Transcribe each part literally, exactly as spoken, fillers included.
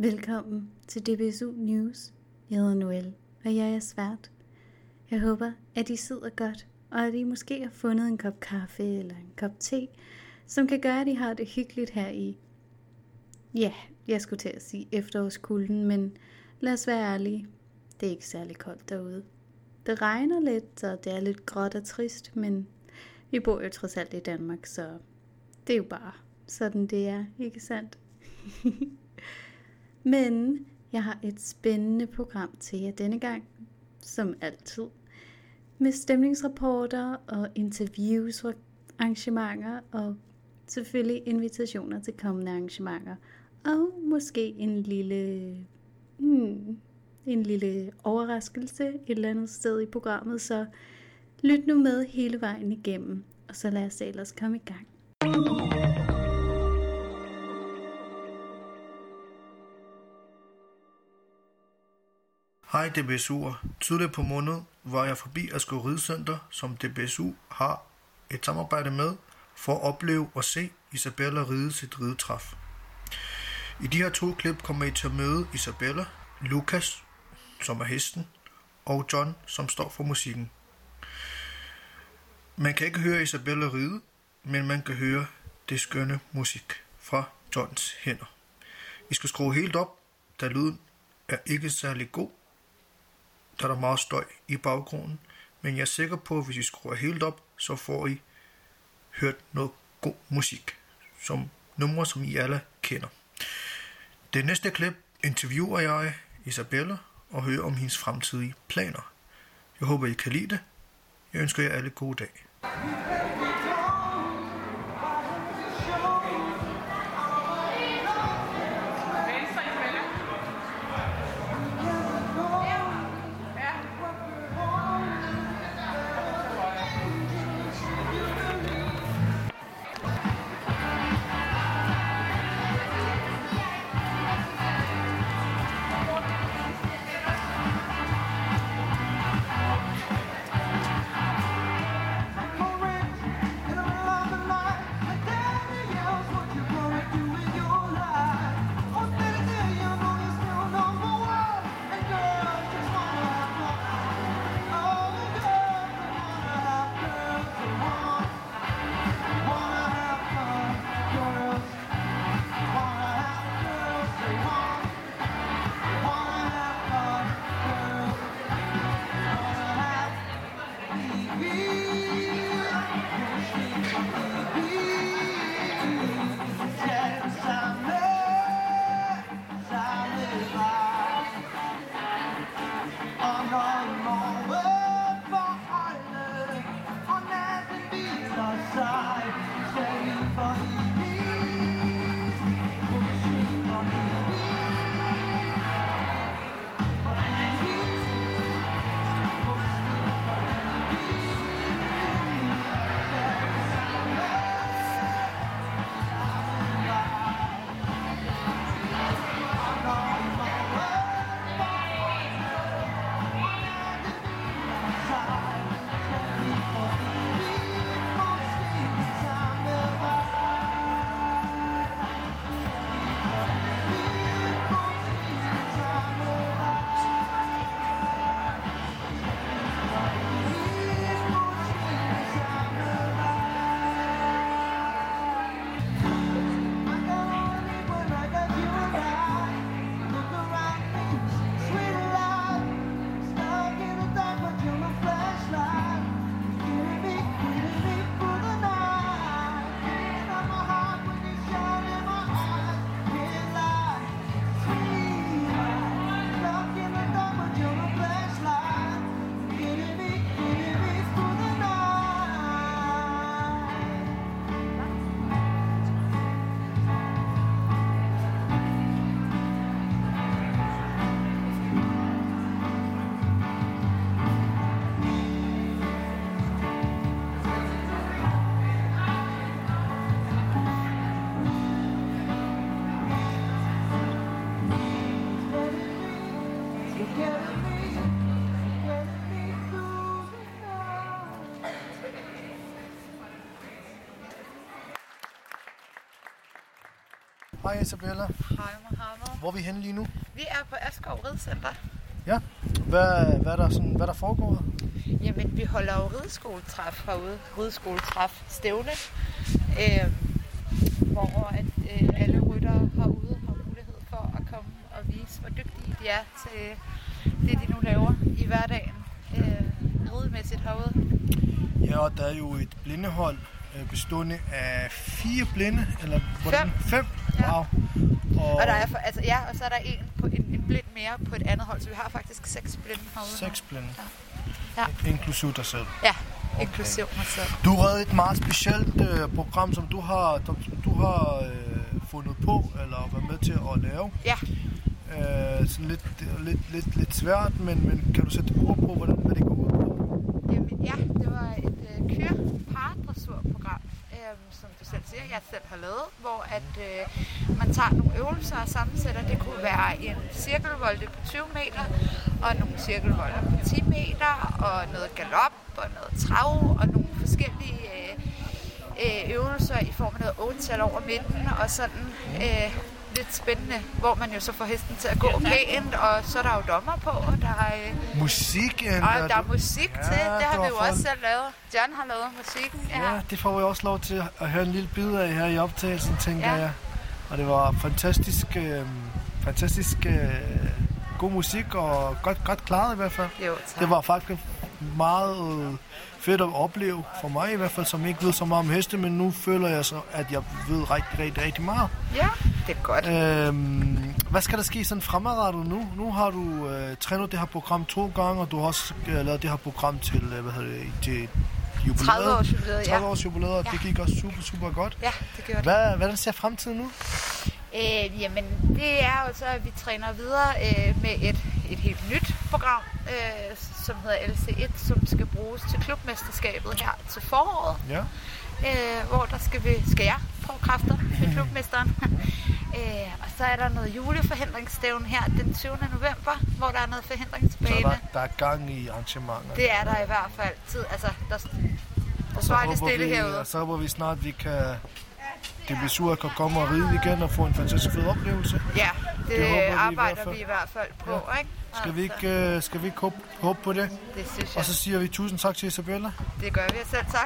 Velkommen til D B S U News. Jeg hedder Noelle, og jeg er svært. Jeg håber, at I sidder godt, og at I måske har fundet en kop kaffe eller en kop te, som kan gøre, at I har det hyggeligt her i, ja, jeg skulle til at sige efterårskulden, men lad os være ærlige, det er ikke særlig koldt derude. Det regner lidt, så det er lidt gråt og trist, men vi bor jo trods alt i Danmark, så det er jo bare sådan det er, ikke sandt? Men jeg har et spændende program til jer denne gang, som altid, med stemningsrapporter og interviews fra arrangementer og selvfølgelig invitationer til kommende arrangementer. Og måske en lille, hmm, en lille overraskelse et eller andet sted i programmet, så lyt nu med hele vejen igennem, og så lad os ellers komme i gang. Hej D B S U'er. Tidligere på måneden var jeg forbi Asker Ridecenter, som D B S U har et samarbejde med, for at opleve og se Isabella ride sit ridetræf. I de her to klip kommer I til at møde Isabella, Lukas, som er hesten, og John, som står for musikken. Man kan ikke høre Isabella ride, men man kan høre det skønne musik fra Johns hænder. I skal skrue helt op, da lyden er ikke særlig god. Der er der meget støj i baggrunden, men jeg er sikker på, at hvis I skruer helt op, så får I hørt noget god musik, som numre, som I alle kender. Det næste klip interviewer jeg Isabella og hører om hendes fremtidige planer. Jeg håber, I kan lide det. Jeg ønsker jer alle gode dag. Hej Isabella. Hej Mohammed. Hvor er vi henne lige nu? Vi er på Askov Ridecenter. Ja. Hvad, hvad, er der sådan, hvad der foregår? Jamen, vi holder jo rideskoletræf herude. Rideskoletræf stævne. Øh, hvor at, øh, alle ryttere herude har mulighed for at komme og vise, hvor dygtige de er til det, de nu laver i hverdagen. Øh, ridemæssigt herude. Ja, og der er jo et blindehold bestående af fire blinde, eller hvordan? Fem. Fem? Ja. Wow. Og, og, der er, altså, ja, og så er der en, på, en, en blind mere på et andet hold, så vi har faktisk seks blinde herude. Seks blinde? Ja. Ja. Inklusiv dig selv? Ja, okay. Inklusiv mig selv. Du har reddet et meget specielt øh, program, som du har, som du har øh, fundet på, eller været med til at lave. Ja. Øh, sådan lidt, lidt, lidt, lidt svært, men, men kan du sætte ord på, hvordan hvad det går ud på? Jamen, ja, det var et øh, køre-paradressurprogram, øh, som du selv siger, jeg selv har lavet, hvor at øh, man tager nogle øvelser og sammensætter. Det kunne være en cirkelvolte på tyve meter, og nogle cirkelvolter på ti meter, og noget galop, og noget trav, og nogle forskellige øh, øh, øvelser i form af noget otte-tal over midten, og sådan øh, lidt spændende, hvor man jo så får hesten til at gå pænt, og så er der jo dommer på, og der er... Øh, musik? Og der er musik ja, til, det har det vi jo for... også selv lavet. John har lavet musikken. Ja, ja, det får vi også lov til at høre en lille bid af her i optagelsen, tænker ja. jeg. Og det var fantastisk, øh, fantastisk øh, god musik, og godt, godt klaret i hvert fald. Jo, tak. Det var faktisk meget øh, fedt at opleve, for mig i hvert fald, som ikke ved så meget om heste, men nu føler jeg så, at jeg ved rigtig, rigtig, rigtig meget. Ja, det er godt. Øhm, hvad skal der ske sådan fremadrettet nu? Nu har du øh, trænet det her program to gange, og du har også øh, lavet det her program til, øh, hvad hedder det, til jubilæet. tredive års jubilæet, ja. tredive års jubilæet, og ja. det gik også super, super godt. Ja, det gjorde det. Hvad, hvordan ser fremtiden nu? Øh, jamen, det er jo så, at vi træner videre øh, med et, et helt nyt program, øh, som hedder L C et, som skal bruges til klubmesterskabet her til foråret. Ja. Øh, hvor der skal, vi, skal jeg prøve kræfter med klubmesteren. øh, og så er der noget juleforhindringsstævne her den tyvende november, hvor der er noget forhindringsbane. Så der, der er gang i arrangementer. Det er der i hvert fald tid. Altså, der, der står det stille vi, herude. Og så håber vi snart, vi kan... Det bliver sur, at kan komme og ride igen og få en fantastisk fed oplevelse. Ja, det, det håber arbejder vi i, vi i hvert fald på, ja. ikke? Skal vi ikke, uh, skal vi ikke håbe, håbe på det? Det synes jeg. Og så siger vi tusind tak til Isabella. Det gør vi selv, tak.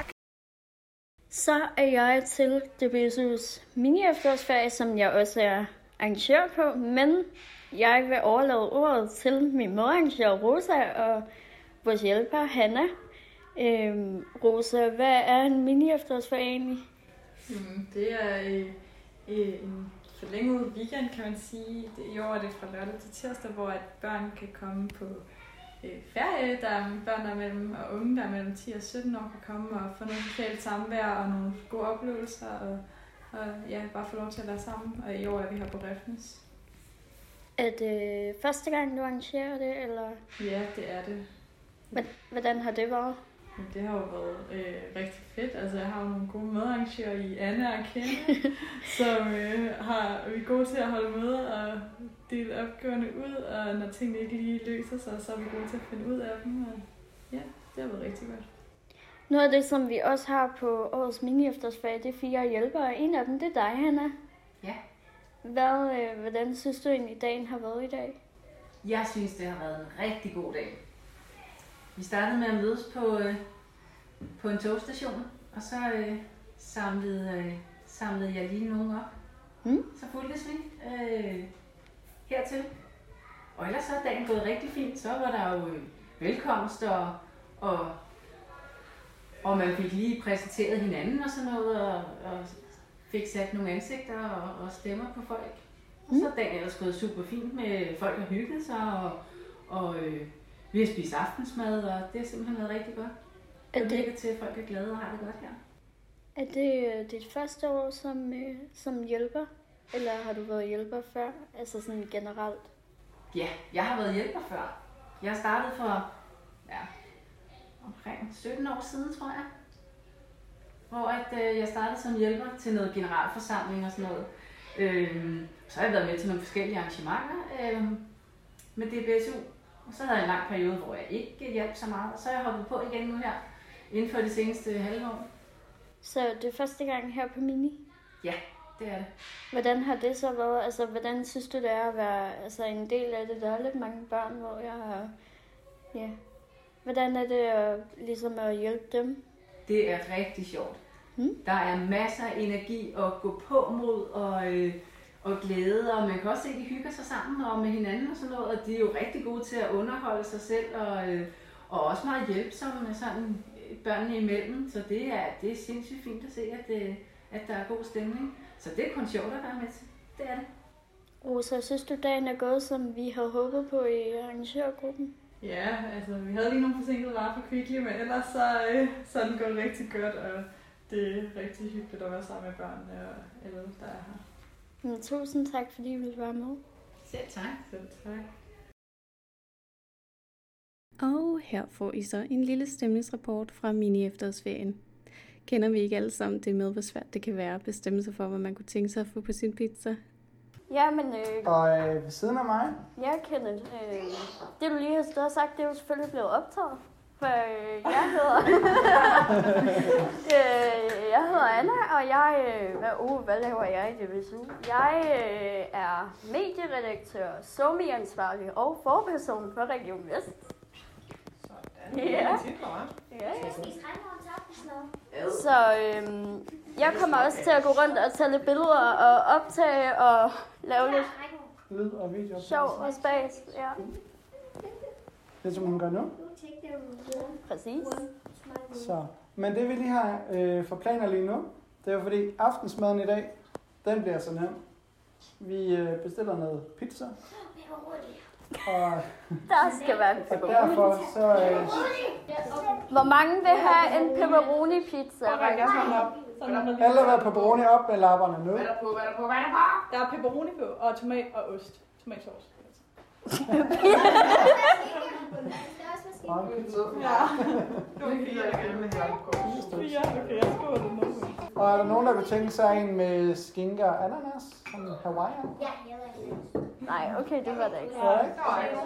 Så er jeg til D B S U's mini-efterårsferie, som jeg også er arrangør på, men jeg vil overlade ordet til min medarrangør Rosa og vores hjælper Hanna. Øhm, Rosa, hvad er en mini-efterårsferie egentlig? Mm, det er øh, øh, en forlænget weekend, kan man sige. Det, I år er det fra lørdag til tirsdag, hvor at børn kan komme på øh, ferie. Der er børn, der er mellem, og unge, der er mellem ti og sytten år, kan komme og få noget socialt samvær og nogle gode oplevelser. Og, og ja, bare få lov til at være sammen. Og i år er vi her på Refnes. Er det første gang, du arrangerer det, eller Ja, det er det. hvordan har det været? Det har jo været øh, rigtig fedt. Altså, jeg har jo nogle gode medarrangører i Anne og Kenne, som øh, har, vi er gode til at holde med og dele opgaverne ud, og når tingene ikke lige løser sig, så er vi gode til at finde ud af dem. Og ja, det har været rigtig godt. Noget af det, som vi også har på årets mini-efterårsferie, det er fire hjælpere, og en af dem, det er dig, Hanna. Ja. Hvad, øh, hvordan synes du egentlig, dagen har været i dag? Jeg synes, det har været en rigtig god dag. Vi startede med at mødes på, øh, på en togstation, og så øh, samlede, øh, samlede jeg lige nogen op. Mm. Så fulgtes vi øh, hertil. Og ellers så er dagen gået rigtig fint. Så var der jo øh, velkomst, og, og, og man fik lige præsenteret hinanden og sådan noget, og, og fik sat nogle ansigter og, og stemmer på folk. Og så er dagen ellers gået super fint med folk, der hyggede sig, og, og øh, vi har spist aftensmad, og det har simpelthen været rigtig godt. Det virker til, at folk er glade og har det godt her. Er det øh, dit første år som, øh, som hjælper? Eller har du været hjælper før? Altså sådan generelt? Ja, jeg har været hjælper før. Jeg har startet for ja, omkring sytten år siden, tror jeg. Hvor at, øh, jeg startede som hjælper til noget generalforsamling og sådan noget. Øh, så har jeg været med til nogle forskellige arrangementer øh, med D B S U. Og så havde jeg en lang periode, hvor jeg ikke hjalp så meget. Og så er jeg hoppet på igen nu her, inden for de seneste halve år. Så det er første gang her på Mini? Ja, Det er det. Hvordan har det så været? Altså, hvordan synes du, det er at være altså, en del af det? Der er lidt mange børn, hvor jeg har... Ja. Hvordan er det at, ligesom at hjælpe dem? Det er rigtig sjovt. Hmm? Der er masser af energi at gå på mod og, øh, og glæde, og man kan også se, at de hygger sig sammen og med hinanden og sådan noget, og de er jo rigtig gode til at underholde sig selv og, øh, og også meget hjælpsomme sådan børnene imellem, så det er, det er sindssygt fint at se, at, det, at der er god stemning. Så det er kun sjovt at være med til. Det er det. Rosa, synes du, dagen er gået, som vi havde håbet på i arrangørgruppen? Ja, altså vi havde lige nogle forsinkede varer på Kvickly, men ellers så, øh, så er den gået rigtig godt, og det er rigtig hyggeligt at være sammen med børnene og alle, der er her. Men, tusind tak, fordi I ville være med. Selv tak. Selv tak. Og her får I så en lille stemningsrapport fra mini-efterårsferien. Kender vi ikke alle sammen det med, hvor svært det kan være at bestemme sig for, hvad man kunne tænke sig at få på sin pizza? Ja, men... Øh, Og øh, ved siden af mig? ja, Kenneth. Øh, det du lige har stået og sagt, det er jo selvfølgelig blevet optaget. For øh, jeg hedder... øh, jeg hedder Anna, og jeg... Øh, hvad, uh, hvad laver jeg i D B S U? Jeg øh, er medieredaktør, somi-ansvarlig og forperson for Region Vest. Ja. Ja. Så øhm, jeg kommer også til at gå rundt og tage lidt billeder og optage og lave lidt Lyd og video. sjov og spas. Ja. Det som hun gør nu. Præcis. Så. Men det vi lige har øh, for planer lige nu, det er jo fordi aftensmaden i dag, den bliver så nem. Vi øh, bestiller noget pizza. Og, Der skal være en og pepperoni. derfor så... Øh, Hvor mange vil have en pepperoni pizza? Rækker hånden op. alle vil have pepperoni op med lapperne nu. Hvad er der på, hvad er der på, hvad er der på? Der er pepperoni på, og tomat og ost. Tomatsauce. Og pizza. Ja. Fire, okay, jeg skriver det nu. Og er der nogen, der kunne tænke sig en med skinke og ananas? Som Hawaiian? Nej, okay, det var det ikke. Ja, ikke?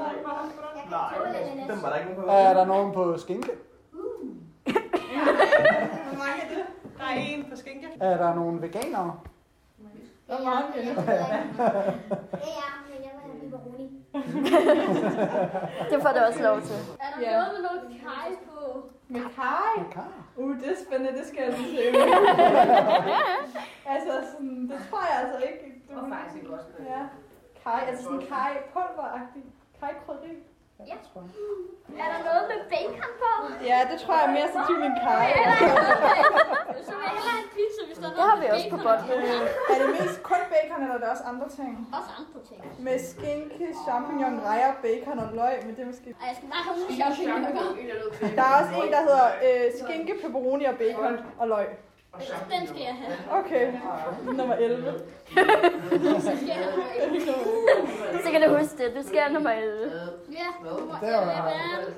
Nej, den var der ikke nogen på. Er der nogen på skinke? Hvor mange er det? Der er en på skinke. Er der nogen veganere? Hvor mange er det? Ja, ja, men jeg vil have pepperoni. Det får du også lov til. Er der Ja. noget med noget kaj på? Med kaj? Okay. Uh, det er spændende, det skal jeg lige se. Altså, sådan, det tror jeg altså ikke. Du... Og faktisk ikke også. Ja. Kaj, altså sådan kaj pulveragtig. Kaj krydderi. Ja. Er der noget med bacon på? Ja, det tror jeg er mere sandsynligt end kaj. Så vil jeg hellere have en pizza, hvis der er Det noget har med vi også på bacon. Er det mest kun bacon, eller er der også andre ting? Også andre ting. Med skinke, champignon, rejer, bacon og løg, men det er måske... Ej, jeg skal bare have nogle champignoner. Der er også en, der hedder øh, skinke, pepperoni og bacon og løg. Den skal jeg have. Okay, nummer elleve. Så skal jeg have. Så kan du huske det. Du skal have nummer elleve. Ja, nummer Det var- elleve.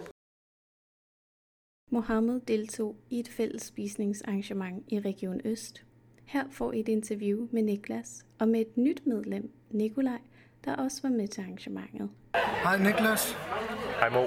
Mohammed deltog i et fælles spisningsarrangement i Region Øst. Her får I et interview med Niklas og med et nyt medlem, Nikolaj, der også var med til arrangementet. Hej Niklas, Hej Mo.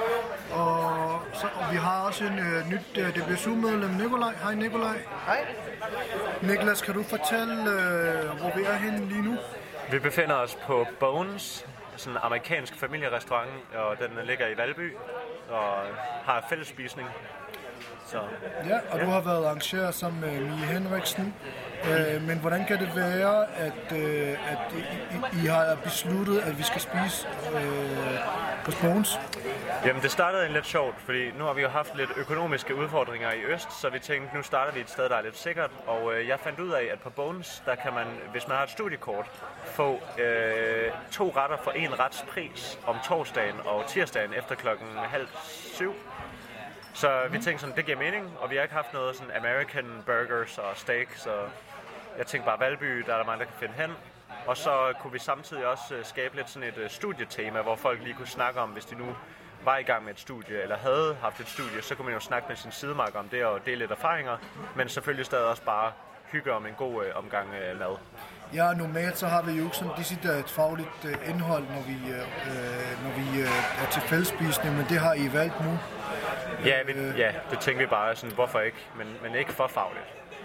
og så, og vi har også en øh, nyt øh, D B S U-medlem, Nikolaj. Hej Nikolaj. Hej. Niklas, kan du fortælle, øh, hvor vi er henne lige nu? Vi befinder os på Bones, sådan en amerikansk familierestaurant, og den ligger i Valby og har fællesspisning. Så Ja, og du har været arrangør sammen med Mie Henriksen. Øh, men hvordan kan det være, at, øh, at I, I, I har besluttet, at vi skal spise øh, på Bones? jamen, det startede egentlig lidt sjovt, fordi nu har vi jo haft lidt økonomiske udfordringer i Øst, så vi tænkte, nu starter vi et sted, der er lidt sikkert. Og øh, jeg fandt ud af, at på Bones, der kan man, hvis man har et studiekort, få øh, to retter for en rets pris om torsdagen og tirsdagen efter klokken halv syv. Så vi tænkte sådan, det giver mening, og vi har ikke haft noget sådan American burgers og steak, så jeg tænkte bare Valby, der er der mange, der kan finde hen. Og så kunne vi samtidig også øh, skabe lidt sådan et øh, studietema, hvor folk lige kunne snakke om, hvis de nu var i gang med et studie, eller havde haft et studie, så kunne man jo snakke med sin sidemarker om det og dele lidt erfaringer, men selvfølgelig stadig også bare hygge om en god øh, omgang øh, mad. Ja, normalt så har vi jo ikke sådan decideret fagligt øh, indhold, når vi, øh, når vi øh, er til fællesspisning, men det har I valgt nu. Ja, vi, ja, det tænkte vi bare sådan, hvorfor ikke, men, men ikke for fagligt.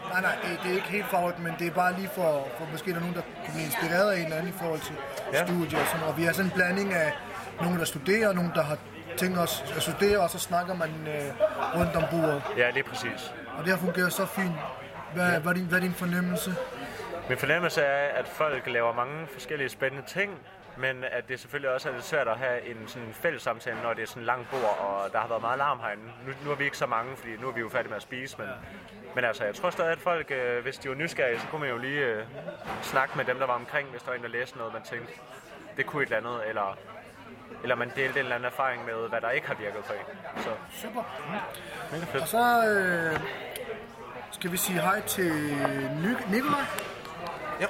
Nej, nej, det, det er ikke helt fagligt, men det er bare lige for, for måske der er nogen, der kunne blive inspireret af en eller anden i forhold til ja. Studie og sådan. Og vi har sådan en blanding af nogen, der studerer, og nogen, der har tænkt os at studere, og så snakker man øh, rundt om bordet. Ja, det er præcis. Og det har fungeret så fint. Hvad, ja. hvad, er din, hvad er din fornemmelse? Min fornemmelse er, at folk laver mange forskellige spændende ting, men at det selvfølgelig også er lidt svært at have en sådan fælles samtale, når det er sådan en lang bord, og der har været meget larm herinde. Nu, nu er vi ikke så mange, fordi nu er vi jo færdige med at spise, men, men altså, jeg tror stadig, at folk, øh, hvis de var nysgerrige, så kunne man jo lige øh, snakke med dem, der var omkring, hvis der var en, der læste noget, man tænkte, det kunne et eller andet, eller, eller man delte en eller anden erfaring med, hvad der ikke har virket for en. Så. Super. Mm. Og så øh, skal vi sige hej til Ny- Nikolaj. Ja.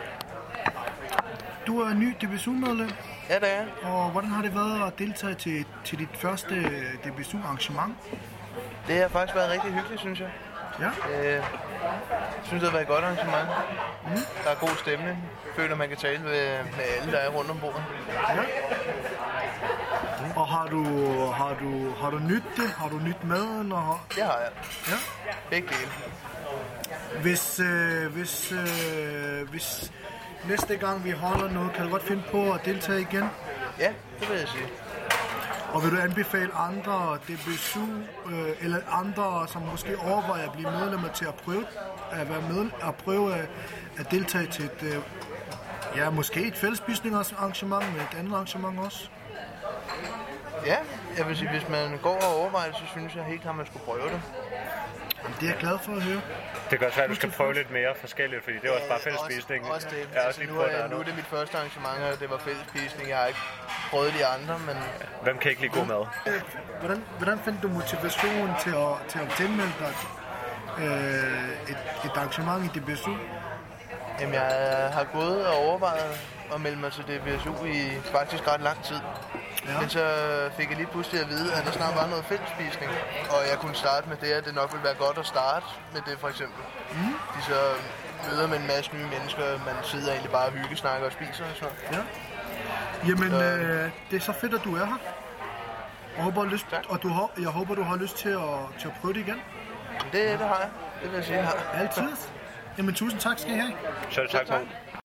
Du er ny D B S U-medlem. Ja, det er. Og hvordan har det været at deltage til, til dit første D B S U-arrangement? Det har faktisk været rigtig hyggeligt, synes jeg. Ja? Øh, jeg synes, det har været et godt arrangement. Mm. Der er god stemning. Jeg føler, man kan tale med, med alle, der er rundt om bordet. Ja. Mm. Og har du, har du, har du nyt det? Har du nyt maden? Og har... Det har jeg. Ja? Begge dele. Hvis, øh, hvis, øh, hvis næste gang vi holder noget, kan du godt finde på at deltage igen? Ja, det vil jeg sige. Og vil du anbefale andre D B S U, øh, eller andre, som måske overvejer at blive medlemmer til at prøve at være med, at prøve at, at deltage til et, øh, ja, måske et fællesspisningsarrangement, men et andet arrangement også? Ja, jeg vil sige, hvis man går og overvejer det, så synes jeg helt klart, at man skulle prøve det. Jamen, det er jeg glad for at høre. Det kan også være, at du skal prøve lidt mere forskelligt, fordi det er også bare fællesspisning. Også, også det. Jeg altså, nu, er, nu er det mit første arrangement, og det var fællesspisning. Jeg har ikke prøvet de andre, men... Hvem kan ikke lide god mad? Hvordan, hvordan fandt du motivationen til at, til at tilmelde dig øh, et, et arrangement i D B S U? Jamen, jeg har gået og overvejet at melde mig til D B S U i faktisk ret lang tid. Ja. Men så fik jeg lige pludselig at vide, at der snart var noget fællesspisning, og jeg kunne starte med det, at det nok ville være godt at starte med det, for eksempel. Mm. De så møder med en masse nye mennesker, man sidder egentlig bare og hyggesnakker og spiser og sådan noget. Ja. Jamen, øh, det er så fedt, at du er her. Og, håber, lyst, og du har, jeg håber, du har lyst til at, til at prøve det igen. Det, det har jeg. Det vil jeg sige, jeg har. Altid. Jamen, tusind tak skal I have. Selv tak. tak.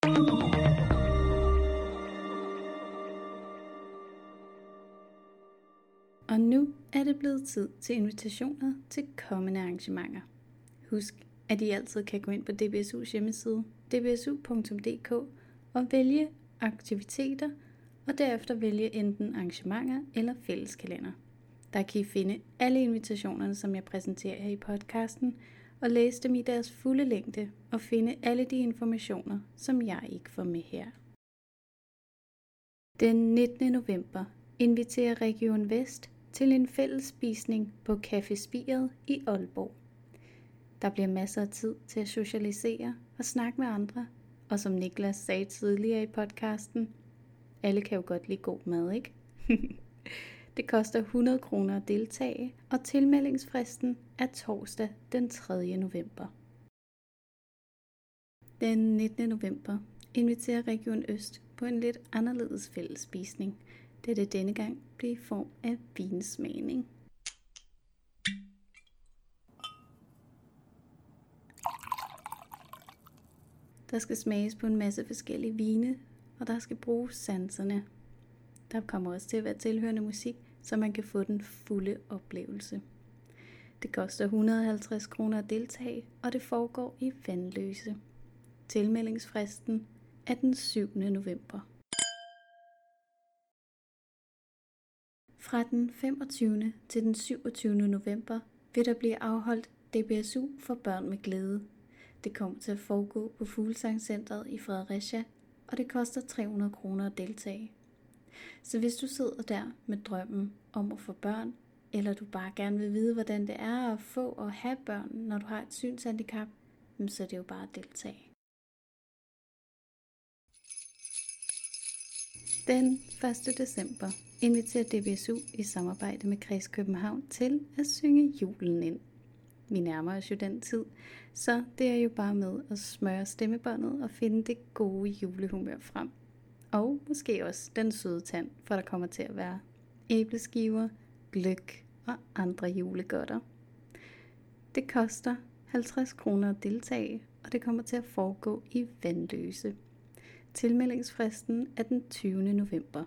Og nu er det blevet tid til invitationer til kommende arrangementer. Husk, at I altid kan gå ind på D B S U's hjemmeside d b s u punktum d k og vælge aktiviteter, og derefter vælge enten arrangementer eller fælleskalender. Der kan I finde alle invitationerne, som jeg præsenterer her i podcasten, og læse dem i deres fulde længde og finde alle de informationer, som jeg ikke får med her. Den nittende november inviterer Region Vest til en fælles spisning på Café Spiret i Aalborg. Der bliver masser af tid til at socialisere og snakke med andre, og som Niklas sagde tidligere i podcasten, alle kan jo godt lide god mad, ikke? Det koster hundrede kroner at deltage, og tilmeldingsfristen er torsdag den tredje november. Den nittende november inviterer Region Øst på en lidt anderledes fællesspisning, da det denne gang bliver i form af vinsmagning. Der skal smages på en masse forskellige vine, og der skal bruges sanserne. Der kommer også til at være tilhørende musik, så man kan få den fulde oplevelse. Det koster et hundrede og halvtreds kroner at deltage, og det foregår i Vandløse. Tilmeldingsfristen er den syvende november. Fra den femogtyvende til den syvogtyvende november vil der blive afholdt D B S U for børn med glæde. Det kommer til at foregå på Fuglsangcentret i Fredericia, og det koster tre hundrede kroner at deltage. Så hvis du sidder der med drømmen om at få børn, eller du bare gerne vil vide, hvordan det er at få og have børn, når du har et synshandicap, så er det jo bare at deltage. Den første december inviterer D B S U i samarbejde med Kreds København til at synge julen ind. Vi nærmer os jo den tid, så det er jo bare med at smøre stemmebåndet og finde det gode julehumør frem. Og måske også den søde tand, for der kommer til at være æbleskiver, gløgg og andre julegodter. Det koster halvtreds kroner at deltage, og det kommer til at foregå i Vandløse. Tilmeldingsfristen er den tyvende november.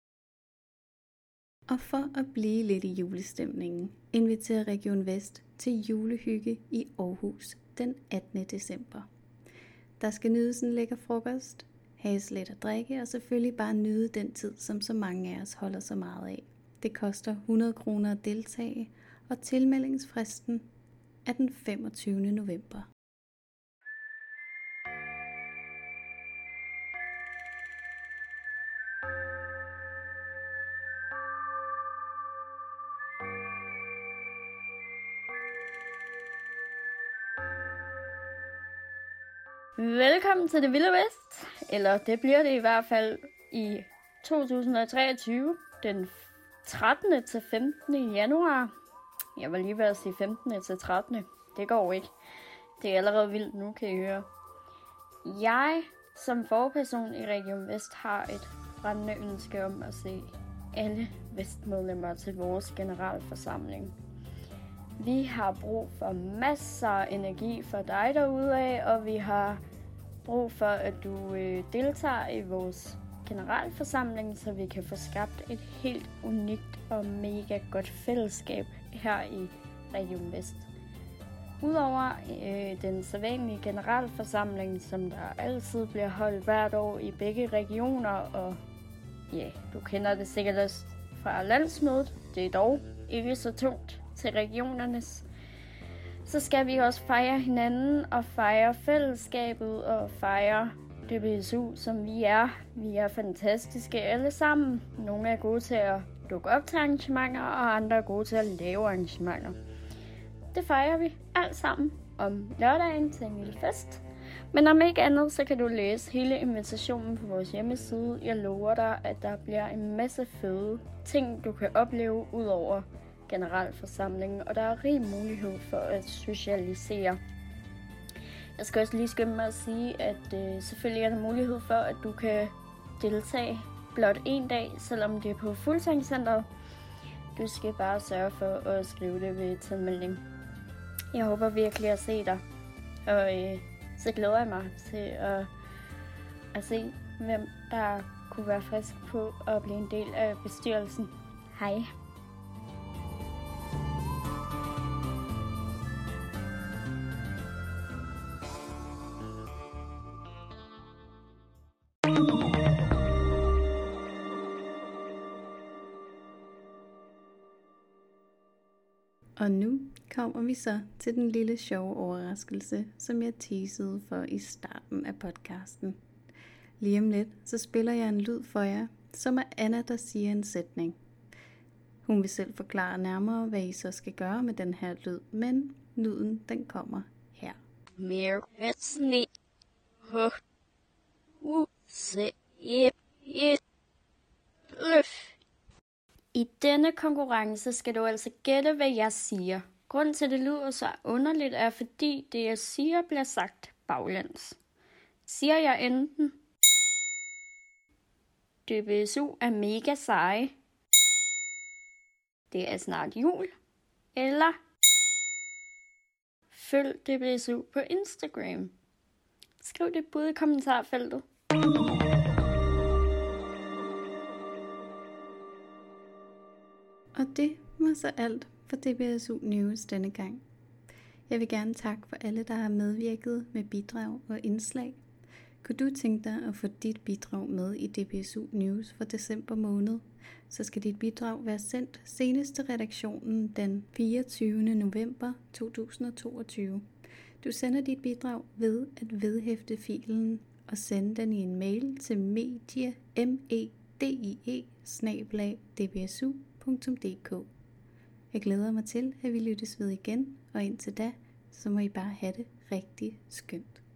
Og for at blive lidt i julestemningen, inviterer Region Vest til julehygge i Aarhus den attende december. Der skal nydes en lækker frokost, has lidt at drikke og selvfølgelig bare nyde den tid, som så mange af os holder så meget af. Det koster hundrede kroner at deltage, og tilmeldingsfristen er den femogtyvende november. Velkommen til Det Vilde Vest, eller det bliver det i hvert fald i to tusind og treogtyve, den trettende til femtende januar. Jeg var lige ved at sige femtende til trettende. Det går ikke. Det er allerede vildt nu, kan I høre. Jeg som forperson i Region Vest har et brændende ønske om at se alle vestmedlemmer til vores generalforsamling. Vi har brug for masser af energi for dig derude af, og vi har brug for, at du øh, deltager i vores generalforsamling, så vi kan få skabt et helt unikt og mega godt fællesskab her i Region Vest. Udover øh, den sædvanlige generalforsamling, som der altid bliver holdt hvert år i begge regioner, og ja, du kender det sikkert også fra landsmødet, det er dog ikke så tungt til regionernes, så skal vi også fejre hinanden og fejre fællesskabet og fejre D B S U, som vi er. Vi er fantastiske alle sammen. Nogle er gode til at dukke op til arrangementer, og andre er gode til at lave arrangementer. Det fejrer vi alt sammen om lørdagen til en lille fest. Men om ikke andet, så kan du læse hele invitationen på vores hjemmeside. Jeg lover dig, at der bliver en masse fede ting, du kan opleve ud over generalforsamlingen, og der er rig mulighed for at socialisere. Jeg skal også lige skynde mig at sige, at øh, selvfølgelig er der mulighed for, at du kan deltage blot en dag, selvom det er på Fuglsangscenteret. Du skal bare sørge for at skrive det ved tilmelding. Jeg håber virkelig at se dig, og øh, så glæder jeg mig til at, at se, hvem der kunne være frisk på at blive en del af bestyrelsen. Hej! Og nu kommer vi så til den lille sjove overraskelse, som jeg teasede for i starten af podcasten. Lige om lidt, så spiller jeg en lyd for jer, som er Anna, der siger en sætning. Hun vil selv forklare nærmere, hvad I så skal gøre med den her lyd, men lyden, den kommer her. Mere sne. H. U. Se. E. E. Løf. I denne konkurrence skal du altså gætte, hvad jeg siger. Grunden til, at det lyder så underligt, er fordi det, jeg siger, bliver sagt baglæns. Siger jeg enten, D B S U er mega seje, det er snart jul, eller følg D B S U på Instagram. Skriv det bud i kommentarfeltet. Og det var så alt for D B S U News denne gang. Jeg vil gerne takke for alle, der har medvirket med bidrag og indslag. Kunne du tænke dig at få dit bidrag med i D B S U News for december måned, så skal dit bidrag være sendt senest til redaktionen den fireogtyvende november to tusind og toogtyve. Du sender dit bidrag ved at vedhæfte filen og sende den i en mail til medie, m e d i e bindestreg d b s u punktum d k. Jeg glæder mig til, at vi lyttes ved igen, og indtil da, så må I bare have det rigtig skønt.